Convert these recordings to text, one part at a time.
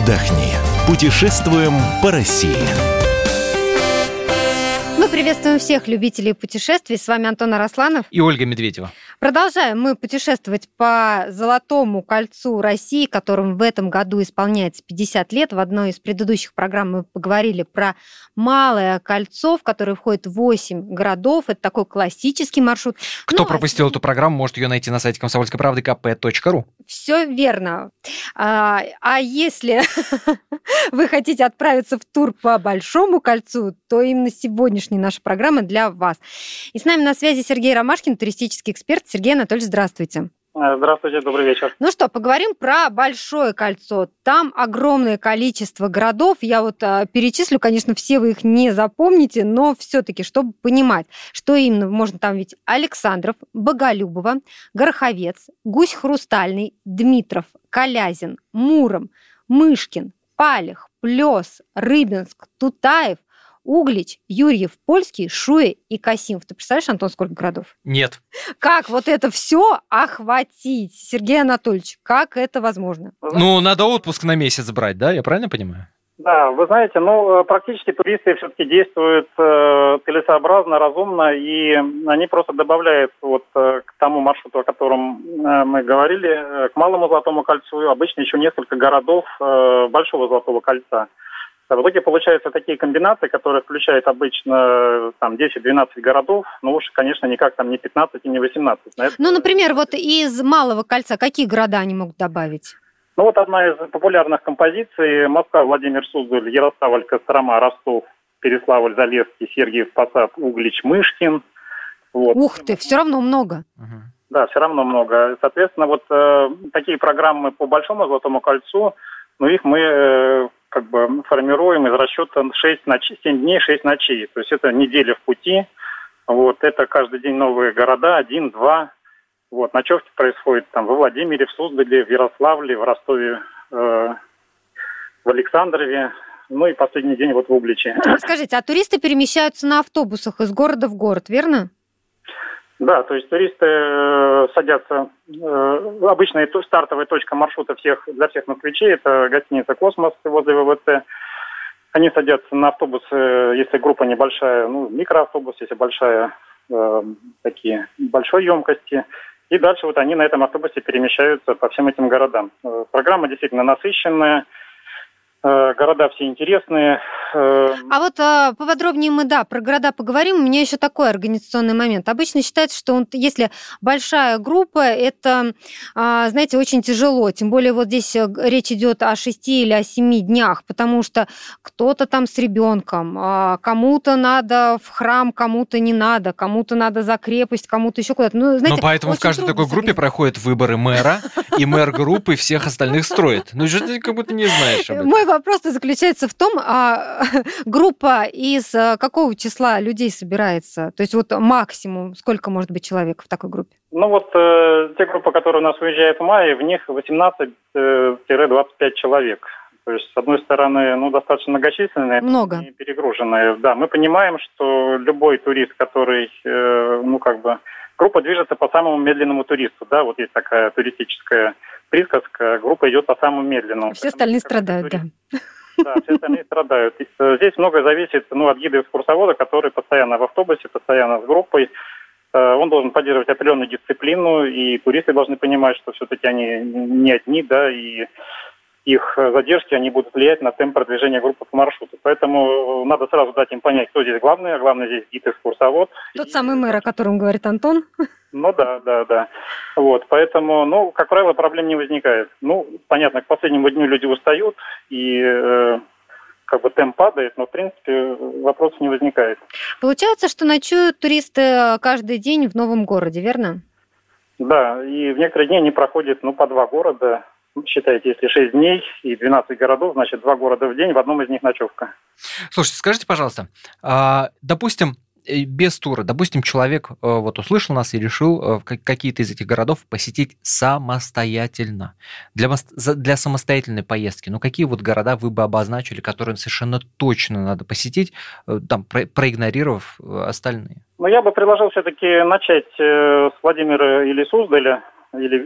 отдохни. Путешествуем по России. Мы приветствуем всех любителей путешествий. С вами Антон Арасланов и Ольга Медведева. Продолжаем мы путешествовать по Золотому кольцу России, которому в этом году исполняется 50 лет. В одной из предыдущих программ мы поговорили про Малое кольцо, в которое входит 8 городов. Это такой классический маршрут. Кто пропустил эту программу, может ее найти на сайте комсомольской правды kp.ru. Все верно. А если вы хотите отправиться в тур по Большому кольцу, то именно сегодняшняя наша программа для вас. И с нами на связи Сергей Ромашкин, туристический эксперт. Сергей Анатольевич, здравствуйте. Здравствуйте, добрый вечер. Ну что, поговорим про Большое кольцо. Там огромное количество городов. Я перечислю, конечно, все вы их не запомните, но все-таки, чтобы понимать, что именно можно там видеть: Александров, Боголюбово, Гороховец, Гусь Хрустальный, Дмитров, Калязин, Муром, Мышкин, Палих, Плёс, Рыбинск, Тутаев, Углич, Юрьев, Польский, Шуя и Касимов. Ты представляешь, Антон, сколько городов? Нет. Как вот это все охватить? Сергей Анатольевич, как это возможно? Надо отпуск на месяц брать, да? Я правильно понимаю? Да, вы знаете, практически туристы все-таки действуют целесообразно, разумно, и они просто добавляют к тому маршруту, о котором мы говорили, к Малому Золотому кольцу, обычно еще несколько городов Большого Золотого кольца. В итоге получаются такие комбинации, которые включают обычно 10-12 городов, конечно, никак не 15 и не 18. Например, из Малого кольца какие города они могут добавить? Одна из популярных композиций: Москва, Владимир, Суздаль, Ярославль, Кострома, Ростов, Переславль, Залесский, Сергиев Посад, Углич, Мышкин. Ух ты, все равно много. Да, все равно много. Соответственно, такие программы по Большому Золотому кольцу, их мы формируем из расчета 7 дней, 6 ночей. То есть это неделя в пути. Это каждый день новые города, 1-2. Ночевки происходят во Владимире, в Суздале, в Ярославле, в Ростове, в Александрове. И последний день в Угличе. Скажите, а туристы перемещаются на автобусах из города в город, верно? Да, то есть туристы садятся. Обычная стартовая точка маршрута для всех москвичей — это гостиница «Космос» возле ВВЦ. Они садятся на автобусы, если группа небольшая, микроавтобус, если большая, такие большой емкости. И дальше они на этом автобусе перемещаются по всем этим городам. Программа действительно насыщенная. Города все интересные. А поподробнее мы, про города поговорим. У меня еще такой организационный момент. Обычно считается, что если большая группа, это, знаете, очень тяжело. Тем более здесь речь идет о 6 или о 7 днях, потому что кто-то там с ребенком, кому-то надо в храм, кому-то не надо, кому-то надо за крепость, кому-то еще куда-то. Поэтому в каждой такой группе проходят выборы мэра, и мэр группы всех остальных строит. Что ты как будто не знаешь об этом? Мой вопрос заключается в том, группа из какого числа людей собирается? То есть максимум сколько может быть человек в такой группе? Те группы, которые у нас уезжают в мае, в них 18-25 человек. То есть, с одной стороны, достаточно многочисленные, много. И перегруженные. Да, мы понимаем, что любой турист, который, группа движется по самому медленному туристу. Да, есть такая туристическая присказка: группа идет по самому медленному. Все остальные страдают, да. Да, все остальные страдают. Здесь многое зависит от гида-экскурсовода, который постоянно в автобусе, постоянно с группой. Он должен поддерживать определенную дисциплину, и туристы должны понимать, что все-таки они не одни, да, и их задержки, они будут влиять на темп продвижения группы по маршруту. Поэтому надо сразу дать им понять, кто здесь главный, а главный здесь гид-экскурсовод. Тот самый мэр, о котором говорит Антон. Да. Поэтому, как правило, проблем не возникает. Понятно, к последнему дню люди устают, и темп падает, но, в принципе, вопросов не возникает. Получается, что ночуют туристы каждый день в новом городе, верно? Да, и в некоторые дни они проходят, по 2 города. Считайте, если 6 дней и 12 городов, значит, 2 города в день, в одном из них ночевка. Слушайте, скажите, пожалуйста, допустим, без тура, допустим, человек услышал нас и решил какие-то из этих городов посетить самостоятельно. Для самостоятельной поездки, какие города вы бы обозначили, которые совершенно точно надо посетить, проигнорировав остальные? Я бы предложил все-таки начать с Владимира или Суздаля, или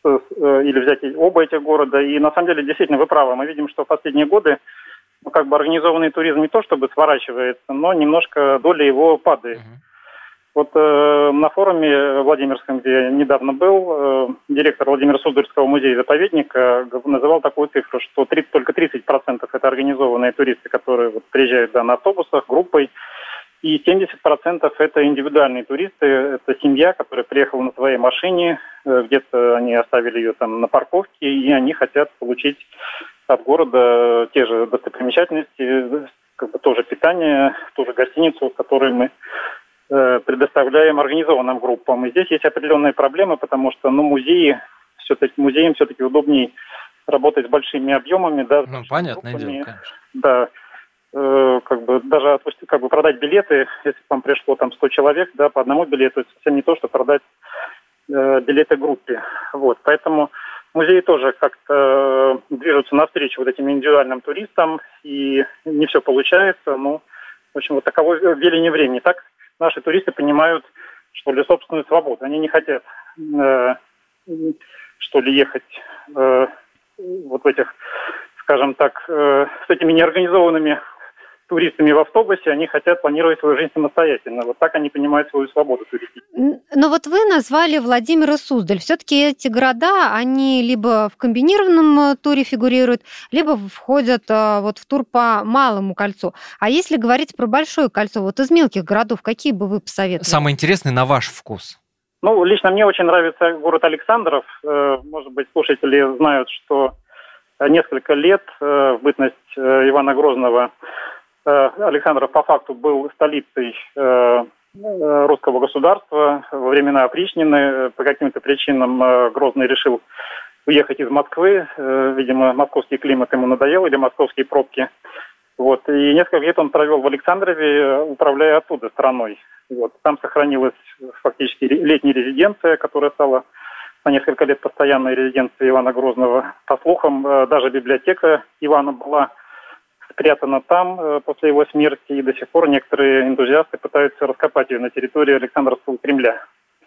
или взять оба этих города. И на самом деле, действительно, вы правы. Мы видим, что в последние годы организованный туризм не то чтобы сворачивается, но немножко доля его падает. Вот на форуме Владимирском, где я недавно был, директор Владимира Суздальского музея-заповедника называл такую цифру, что только 30% это организованные туристы, которые приезжают на автобусах, группой, и 70% это индивидуальные туристы, это семья, которая приехала на своей машине, где-то они оставили ее там на парковке, и они хотят получить от города те же достопримечательности, тоже питание, тоже гостиницу, в которой мы предоставляем организованным группам. И здесь есть определенные проблемы, потому что музеям все-таки удобнее работать с большими объемами. Да, понятное дело, конечно. Да, даже продать билеты, если к вам пришло 100 человек, да, по одному билету, это совсем не то, что продать билеты группе. Поэтому музеи тоже как-то движутся навстречу этим индивидуальным туристам, и не все получается. В общем, таково веление времени. Так наши туристы понимают, собственную свободу. Они не хотят, ехать в этих, скажем так, с этими неорганизованными туристами в автобусе, они хотят планировать свою жизнь самостоятельно. Так они понимают свою свободу туристическую. Но вы назвали Владимир и Суздаль. Все-таки эти города, они либо в комбинированном туре фигурируют, либо входят в тур по Малому кольцу. А если говорить про Большое кольцо, из мелких городов, какие бы вы посоветовали? Самый интересный на ваш вкус? Лично мне очень нравится город Александров. Может быть, слушатели знают, что несколько лет в бытность Ивана Грозного Александров по факту был столицей русского государства. Во времена опричнины по каким-то причинам Грозный решил уехать из Москвы. Видимо, московский климат ему надоел или московские пробки. И несколько лет он провел в Александрове, управляя оттуда страной. Там сохранилась фактически летняя резиденция, которая стала на несколько лет постоянной резиденцией Ивана Грозного. По слухам, даже библиотека Ивана была спрятана там после его смерти, и до сих пор некоторые энтузиасты пытаются раскопать ее на территории Александровского Кремля.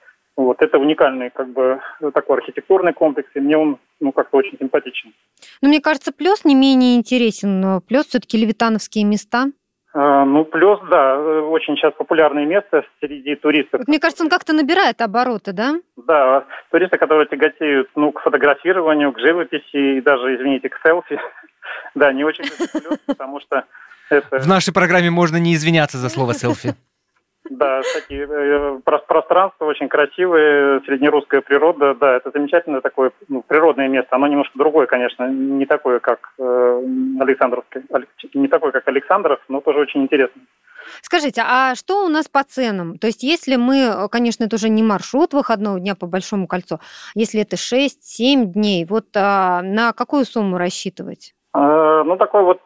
Это уникальный такой архитектурный комплекс, и мне он как-то очень симпатичен. Мне кажется, Плёс не менее интересен. Плёс все-таки левитановские места. Плёс, да, очень сейчас популярное место среди туристов. Мне кажется, он как-то набирает обороты, да? Да, туристы, которые тяготеют к фотографированию, к живописи и даже, извините, к селфи. Да, не очень любят Плёс, потому что это... В нашей программе можно не извиняться за слово селфи. Да, такие пространства очень красивые, среднерусская природа, да, это замечательное такое природное место. Оно немножко другое, конечно, не такое, как Александровское, не такое, как Александров, но тоже очень интересно. Скажите, а что у нас по ценам? То есть если мы, конечно, это уже не маршрут выходного дня по Большому кольцу, если это 6-7 дней, на какую сумму рассчитывать? Такой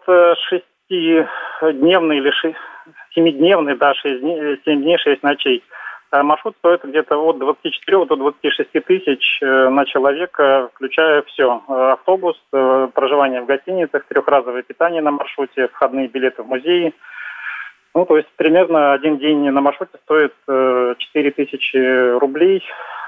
6-дневный или 7-дневный, да, 7 дней, 6 ночей. Маршрут стоит где-то от 24 до 26 тысяч на человека, включая все. Автобус, проживание в гостиницах, трехразовое питание на маршруте, входные билеты в музеи. То есть примерно один день на маршруте стоит 4 тысячи рублей.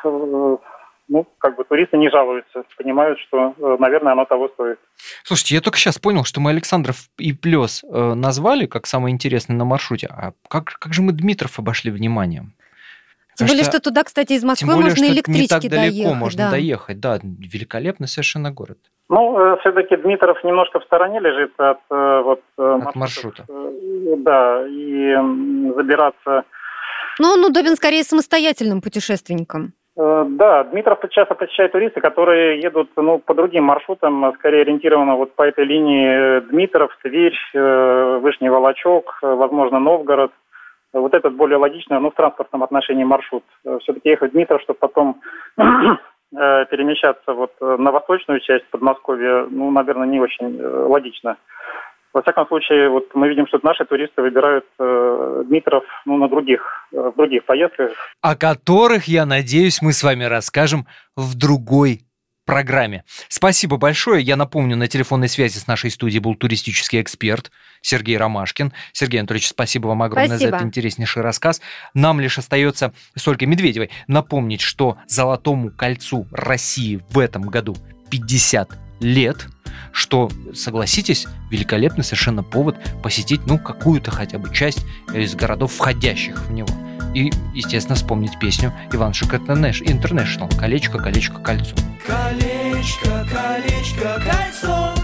Туристы не жалуются, понимают, что, наверное, оно того стоит. Слушайте, я только сейчас понял, что мы Александров и Плёс назвали как самое интересное на маршруте. А как же мы Дмитров обошли вниманием? Тем более, что туда, кстати, из Москвы можно электрички доехать. Не так далеко можно доехать, да. Великолепный совершенно город. Все-таки Дмитров немножко в стороне лежит от маршрута. Да, и забираться... Он удобен скорее самостоятельным путешественникам. Да, Дмитров часто посещает туристы, которые едут по другим маршрутам, скорее ориентированы по этой линии Дмитров, Тверь, Вышний Волочок, возможно, Новгород. Этот более логичный, в транспортном отношении маршрут. Все-таки ехать в Дмитров, чтобы потом перемещаться на восточную часть Подмосковья, наверное, не очень логично. Во всяком случае, мы видим, что наши туристы выбирают Дмитров в других поездках. О которых, я надеюсь, мы с вами расскажем в другой программе. Спасибо большое. Я напомню, на телефонной связи с нашей студией был туристический эксперт Сергей Ромашкин. Сергей Анатольевич, спасибо вам огромное за этот интереснейший рассказ. Нам лишь остается с Ольгой Медведевой напомнить, что Золотому кольцу России в этом году 50 лет, что, согласитесь, великолепный совершенно повод посетить, какую-то хотя бы часть из городов, входящих в него. И, естественно, вспомнить песню Иван Шик Интернешнл «Колечко, колечко, кольцо». Колечко, колечко, кольцо.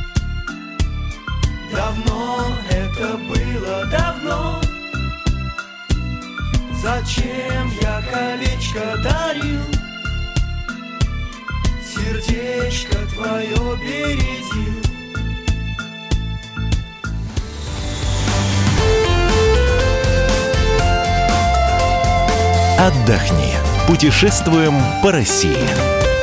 Давно это было, давно. Зачем я колечко дарил? Сердечко твое бередил. Отдохни. Путешествуем по России.